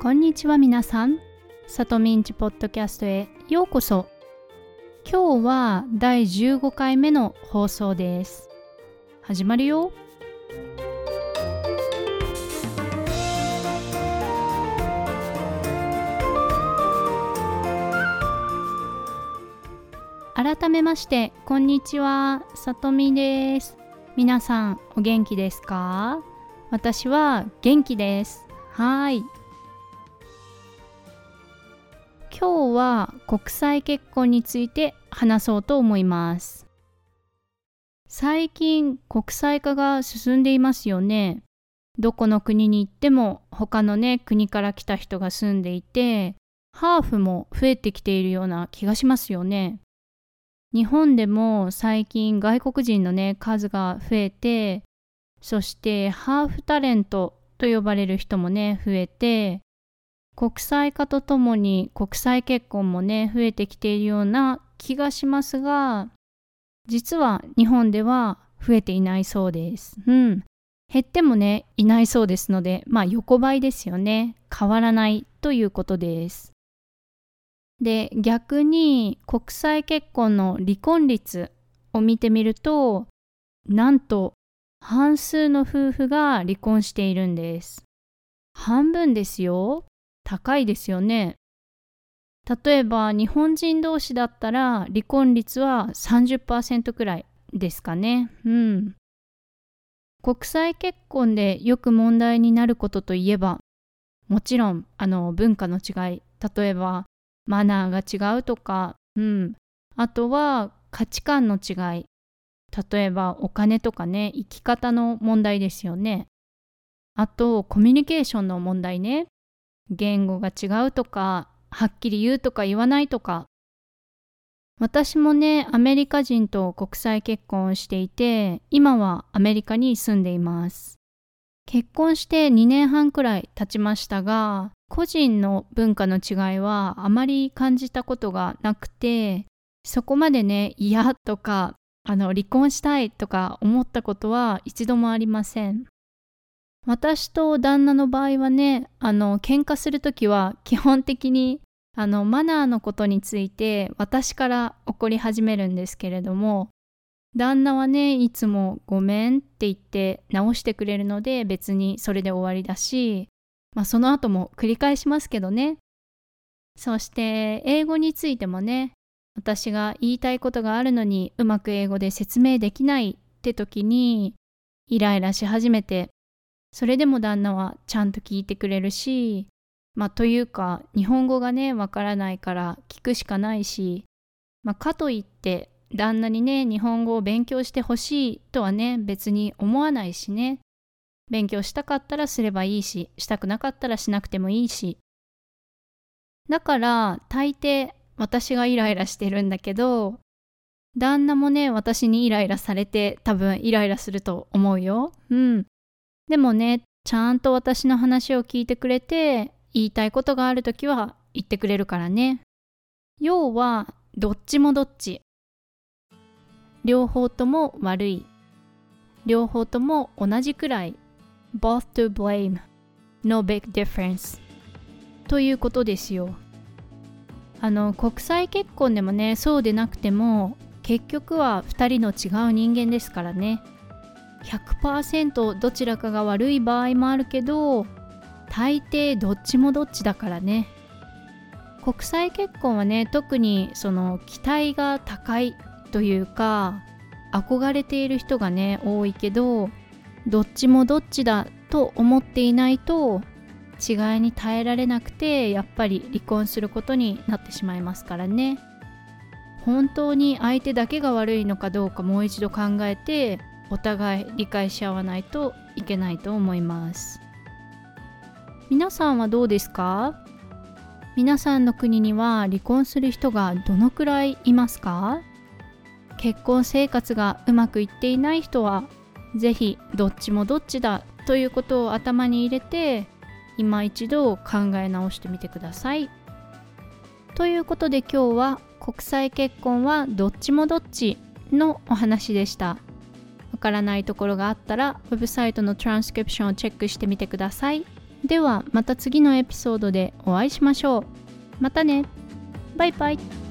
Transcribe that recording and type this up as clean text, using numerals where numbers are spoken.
こんにちは皆さん。さとみんちポッドキャストへようこそ。今日は第15回目の放送です。始まるよ。改めましてこんにちは、さとみです。皆さんお元気ですか？私は元気です。はい。今日は国際結婚について話そうと思います。最近国際化が進んでいますよね。どこの国に行っても他の国から来た人が住んでいて、ハーフも増えてきているような気がしますよね。日本でも最近外国人の数が増えて、そしてハーフタレントと呼ばれる人も増えて、国際化とともに国際結婚も増えてきているような気がしますが、実は日本では増えていないそうです。減ってもいないそうですので、横ばいですよね。変わらないということです。で、逆に国際結婚の離婚率を見てみると、なんと半数の夫婦が離婚しているんです。半分ですよ。高いですよね。例えば日本人同士だったら離婚率は 30% くらいですかね。国際結婚でよく問題になることといえば、もちろん文化の違い、例えばマナーが違うとか、あとは価値観の違い、例えばお金とか生き方の問題ですよね。あとコミュニケーションの問題ね。言語が違うとか、はっきり言うとか言わないとか。私もアメリカ人と国際結婚をしていて、今はアメリカに住んでいます。結婚して2年半くらい経ちましたが、個人の文化の違いはあまり感じたことがなくて、そこまで嫌とか離婚したいとか思ったことは一度もありません。私と旦那の場合は喧嘩するときは基本的にマナーのことについて私から怒り始めるんですけれども、旦那はいつもごめんって言って直してくれるので、別にそれで終わりだし、その後も繰り返しますけどね。そして英語についても私が言いたいことがあるのにうまく英語で説明できないって時にイライラし始めて、それでも旦那はちゃんと聞いてくれるし、というか日本語がわからないから聞くしかないし、かといって旦那に日本語を勉強してほしいとは別に思わないしね。勉強したかったらすればいいし、したくなかったらしなくてもいいし。だから大抵私がイライラしてるんだけど、旦那も私にイライラされて多分イライラすると思うよ。でもちゃんと私の話を聞いてくれて、言いたいことがあるときは言ってくれるからね。要はどっちもどっち。両方とも悪い。両方とも同じくらい。Both to blame. No big difference. ということですよ。国際結婚でもそうでなくても、結局は2人の違う人間ですからね。100% どちらかが悪い場合もあるけど、大抵どっちもどっちだからね。国際結婚は特にその期待が高いというか、憧れている人が多いけど、どっちもどっちだと思っていないと違いに耐えられなくて、やっぱり離婚することになってしまいますからね。本当に相手だけが悪いのかどうかもう一度考えて、お互い理解し合わないといけないと思います。皆さんはどうですか？皆さんの国には離婚する人がどのくらいいますか？結婚生活がうまくいっていない人は、ぜひどっちもどっちだということを頭に入れて、今一度考え直してみてください。ということで今日は国際結婚はどっちもどっちのお話でした。わからないところがあったらウェブサイトのトランスクリプションをチェックしてみてください。 ではまた次のエピソードでお会いしましょう。またね。バイバイ。